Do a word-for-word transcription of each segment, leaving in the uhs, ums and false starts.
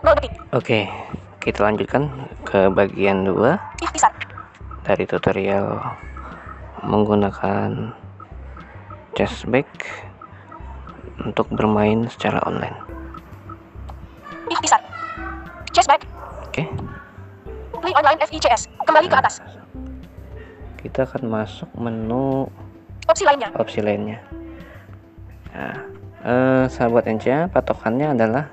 nol detik. Oke, kita lanjutkan ke bagian dua dari tutorial menggunakan Chessback untuk bermain secara online. Chessback. Oke. Play online F I C S. Kembali ke atas. Kita akan masuk menu Opsi lainnya. Opsi lainnya. Nah, eh, sahabat Enca, patokannya adalah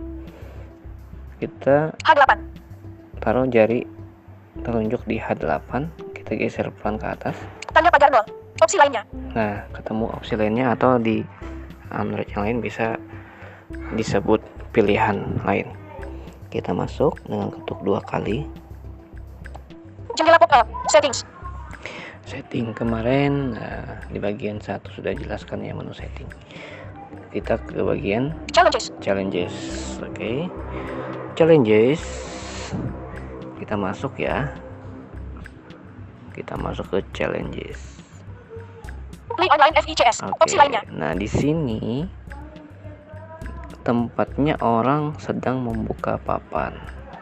kita H delapan. taruh jari telunjuk di H delapan, kita geser pelan ke atas. Tanda pagar nol. Opsi lainnya. Nah, ketemu opsi lainnya, atau di Android yang lain bisa disebut pilihan lain. Kita masuk dengan ketuk dua kali. Jendela pop-up. Settings. Setting kemarin nah, di bagian satu sudah jelaskan ya, menu setting. Kita ke bagian Challenges. Challenges. Oke. Okay. Challenges. Kita masuk ya. Kita masuk ke Challenges. Play online F I C S. Okay. Opsi lainnya. Nah, di sini tempatnya orang sedang membuka papan.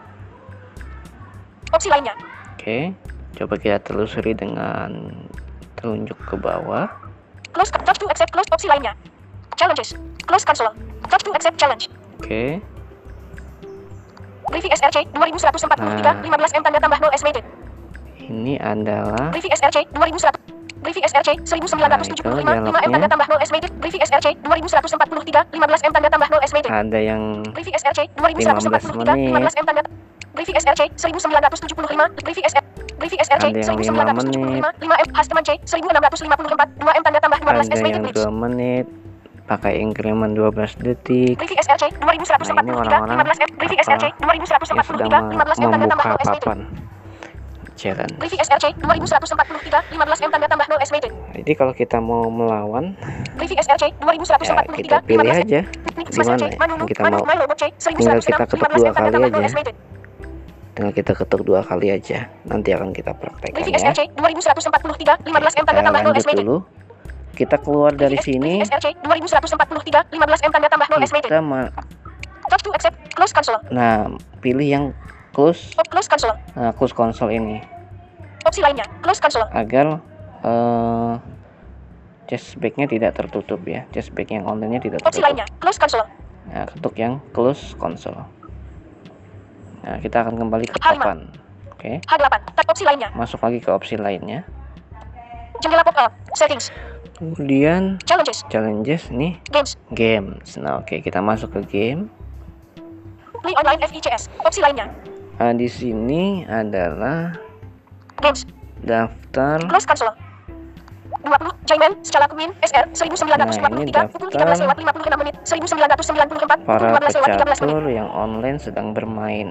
Opsi lainnya. Oke. Okay. Coba kita telusuri dengan telunjuk ke bawah. Close touch to accept close opsi lainnya. Challenges. Close console. Touch to accept challenge. Oke. Okay. Briefing S R C dua ribu seratus empat puluh tiga, Nah, lima belas M tanda tambah nol estimated. Ini adalah Briefing S R C dua ribu seratus. Briefing S R C seribu sembilan ratus tujuh puluh lima, nah, lima M tanda tambah nol estimated. Briefing S R C dua ribu seratus empat puluh tiga, lima belas M tanda tambah nol estimated. ada yang Briefing S R C dua ribu seratus empat puluh tiga, lima belas M tanda. Briefing S R C seribu sembilan ratus tujuh puluh lima. Briefing S R Briefing S R C seribu sembilan ratus tujuh puluh lima, lima M Hasteman C seribu enam ratus lima puluh empat, dua M tanda tambah lima belas ada estimated yang blips. dua menit pakai increment dua belas detik. Briefing S R C dua ribu seratus empat puluh tiga, lima belas M. Briefing S R C dua ribu seratus empat puluh tiga, lima belas M tanda tambah nol estimated. papan challenge. Briefing S R C dua ribu seratus empat puluh tiga, lima belas M tanda tambah nol estimated. Jadi kalau kita mau melawan, Briefing S R C dua ribu seratus empat puluh tiga, ya, kita pilih aja di mana ya kita mau. Tinggal kita ketuk dua kali aja. Tinggal kita ketuk dua kali aja. Nanti akan kita praktekkan Briefing ya. S R C dua ribu seratus empat puluh tiga, lima belas M tanda tambah nol Lanjut estimated. dulu. Kita keluar dari sini. S R C dua ribu seratus empat puluh tiga, lima belas M tanda tambah nol estimated. Kita ma- Touch to accept close console. Nah, pilih yang close. Oh, close console. Nah, close console ini. Opsi lainnya, close console. Agar uh, Chessback-nya tidak tertutup ya. Chessback yang online-nya tidak tertutup. Opsi lainnya, close console. Nah, ketuk yang close console. Nah, kita akan kembali ke H lima. papan. Oke. H delapan, tab opsi lainnya. Masuk lagi ke opsi lainnya. Jendela pop-up, settings. Kemudian Challenges. Challenges nih. Games. Games. Nah, oke, kita masuk ke game. Play online F I C S. Opsi lainnya. Nah, di sini adalah Games. daftar. Close console. dua puluh Jaiman Scala Queen S R seribu sembilan ratus dua puluh tiga, Nah, ini pukul tiga belas lewat lima puluh enam menit, seribu sembilan ratus sembilan puluh empat, pukul para dua belas lewat tiga belas menit. pecatur yang online sedang bermain.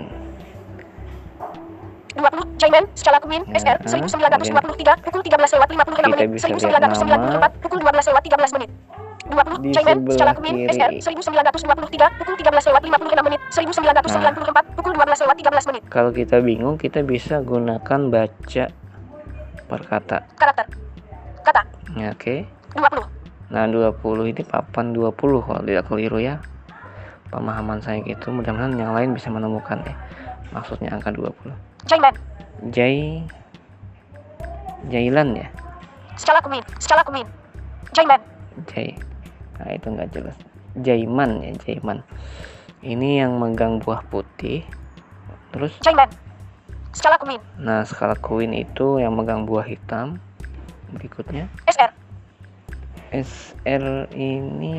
dua puluh Jaiman Scala Queen S R Nah, seribu sembilan ratus dua puluh tiga, pukul tiga belas lewat lima puluh enam kita menit, bisa seribu lihat sembilan ratus sembilan puluh empat, nama pukul dua belas lewat tiga belas menit. dua puluh di Jaiman Scala sebelah Queen S R kiri. seribu sembilan ratus dua puluh tiga, pukul tiga belas lewat lima puluh enam menit, seribu sembilan ratus sembilan puluh empat, pukul dua belas lewat tiga belas menit. Kalau kita bingung, kita bisa gunakan baca per kata. Karakter. Kata. Ya, oke. dua puluh. Nah, dua puluh ini papan dua puluh kalau tidak keliru ya. Pemahaman saya gitu, mudah-mudahan yang lain bisa menemukan ya. Maksudnya angka dua puluh. Jaiman. Jai Jailan ya. Scala Queen. Scala Queen. Jaiman. Jai. Nah, itu nggak jelas. Jaiman ya, Jaiman. Ini yang megang buah putih. Terus Jaiman. Scala Queen. nah, skala Queen itu yang megang buah hitam. Berikutnya S R. S R ini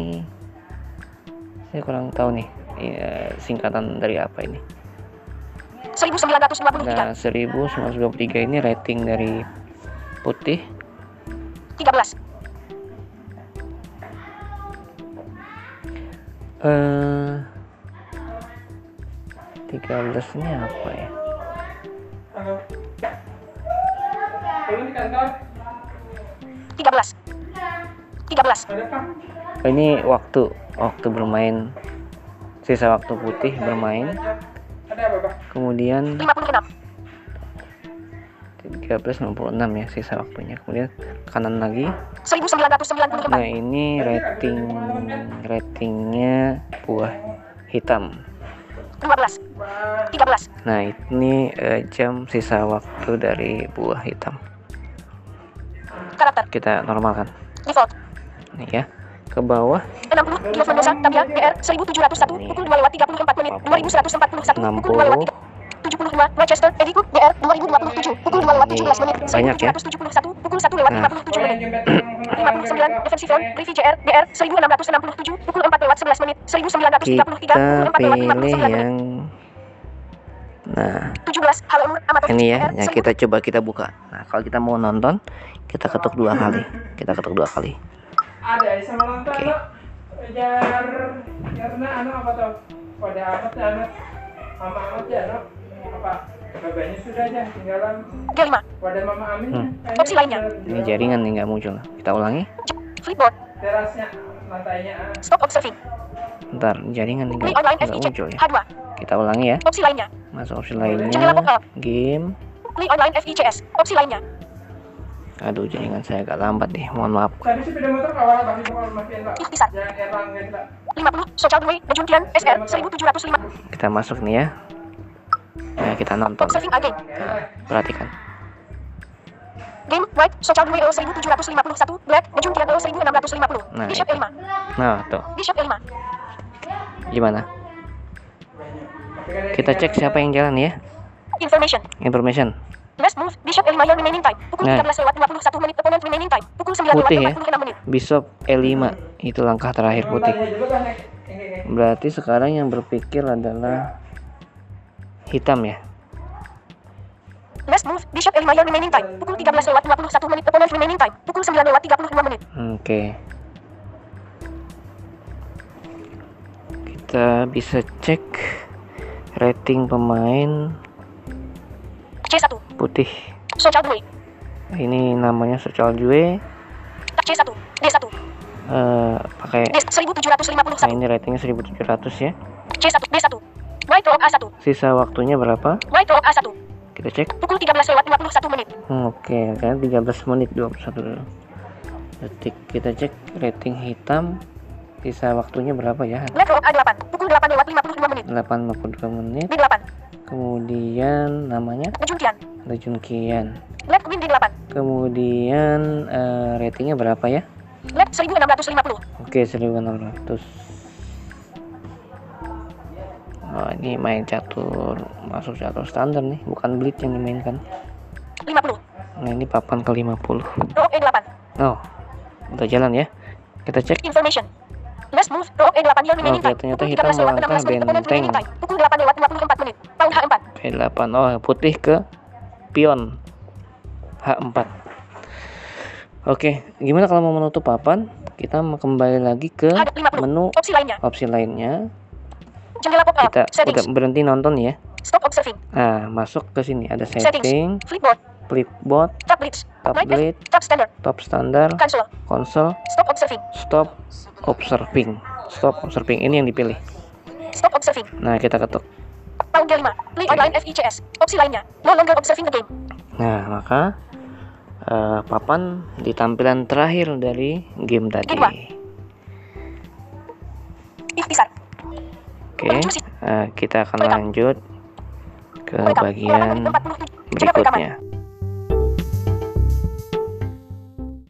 saya kurang tahu nih ya, singkatan dari apa ini. seribu sembilan ratus dua puluh tiga. Nah, seribu sembilan ratus dua puluh tiga ini rating dari putih. tiga belas. Eh tiga belas ini apa ya? Halo. Belum di kantor? tiga belas. tiga belas. Ada apa? Ini waktu waktu bermain, sisa waktu putih bermain. Ada apa, Pak? Kemudian lima puluh enam. tiga belas enam puluh enam ya sisa waktunya. Kemudian kanan lagi. seribu sembilan ratus sembilan puluh empat. Nah, ini rating ratingnya buah hitam. dua belas, Bah. tiga belas, Nah, ini eh, jam sisa waktu dari buah hitam. karakter, Kita normalkan. default, Nih ya. Ke bawah enam puluh, Dios Mendoza, Tabia, B R, seribu tujuh ratus satu, pukul dua lewat tiga puluh empat menit, dua ribu seratus empat puluh satu, pukul dua lewat tujuh puluh lima, Manchester, Eddie Cook, B R, dua ribu dua puluh tujuh, pukul dua lewat tujuh belas menit, seribu tujuh ratus tujuh puluh satu, pukul satu lewat lima puluh tujuh menit, lima puluh sembilan, defensive front, Rivi J R, B R, seribu enam ratus enam puluh tujuh, pukul empat lewat sebelas menit, seribu sembilan ratus tiga puluh tiga, kita pukul empat lewat lima puluh pilih sembilan menit, yang nah tujuh belas, hal umur, amatir, ini ya. B R, Nah, kita coba kita buka. Nah, kalau kita mau nonton, kita ketuk dua kali. Kita ketuk dua kali. Ada sama nonton Oke. lo. Jar karena anu apa tuh? Pada amat ya anak. Mama amat ya anak. Apa? Babanya sudah aja tinggalan G lima, pada Mama Amin. Hmm. kayaknya Opsi lainnya. tinggal Ini jaringan nih nggak muncul. Kita ulangi. flipboard, terasnya lantainya. ah. stop observing, Ntar jaringan nih Play nggak online nggak F I C, muncul ya. H dua, Kita ulangi ya. opsi lainnya, Masuk opsi Jendela lainnya. pop-up. Game. Play online F I C S, opsi lainnya, Aduh, jaringan saya agak lambat nih. Mohon maaf. Tadi sepeda motor kawal tapi bukan makin pak. ikhtisar, Jangan erang guys pak. lima puluh, social way, Bejuntian, S R, seribu tujuh ratus lima, Kita masuk nih ya. Nah, kita nonton. observing again, Perhatikan. game, white, social way, seribu tujuh ratus lima puluh satu, black, Bejuntian, seribu enam ratus lima puluh, Nah, bishop itu. E lima, Nah, tuh. bishop E lima, Gimana? Kita cek siapa yang jalan ya. information, Information. last move, bishop E lima, your remaining time, pukul Nah. tiga belas lewat lima puluh satu menit, opponent remaining time, pukul sembilan lewat Putih ya. empat puluh enam menit, Bishop E lima. Itu langkah terakhir putih. Lantainya dulu kan yang ini ini. Berarti sekarang yang berpikir adalah hitam ya. last move, bishop E lima, your remaining time, pukul tiga belas lewat lima puluh satu menit, opponent remaining time, pukul sembilan lewat tiga puluh lima menit, Oke. Kita bisa cek rating pemain C satu, putih. social way, Ini namanya Social Jue. C satu, D satu, Eh, pakai. D seribu tujuh ratus lima puluh Nah, satu, ini ratingnya seribu tujuh ratus ya. C satu, D satu, white rock A satu, Sisa waktunya berapa? white rock A satu, Kita cek. pukul tiga belas lewat lima puluh satu menit, Hmm, Oke, kan tiga belas menit dua puluh satu detik. Kita cek rating hitam. Sisa waktunya berapa ya? black rock A delapan, pukul delapan lewat lima puluh lima menit, delapan lima puluh dua menit. D delapan, Kemudian namanya Bejuntian, Lejun Kian. black queen D delapan, Kemudian eh, ratingnya berapa ya? black seribu enam ratus lima puluh, Oke, seribu enam ratus. Oh, ini main catur, masuk catur standar nih, bukan blitz yang dimainkan. lima puluh, Nah, ini papan ke lima puluh. rock E delapan, Oh, udah jalan ya. Kita cek. information, last move, rock E delapan, your remaining Oke, time, ternyata pukul hitam tiga belas lewat enam melangkah belas menit, opponent benteng. remaining time, pukul delapan lewat lima puluh empat menit, pawn H empat, P delapan. Oh, putih ke pion H empat. Oke, gimana kalau mau menutup papan? Kita mau kembali lagi ke H lima puluh, menu opsi lainnya, opsi lainnya. jendela pop-up, Kita udah settings, berhenti nonton ya. stop observing, Nah, masuk ke sini ada settings, setting, flipboard, flipboard, tab blitz, tab night F, blitz, tab standard, top standar, cancel, konsol, stop observing, stop observing. Stop observing ini yang dipilih. stop observing, Nah, kita ketuk. pawn G lima, play online F I C S, opsi lainnya, no longer observing the game, Nah, maka eh, papan di tampilan terakhir dari game tadi. Kedua. ikhtisar, Oke, eh, kita akan lanjut ke bagian empat puluh tujuh, coba rekaman. berikutnya.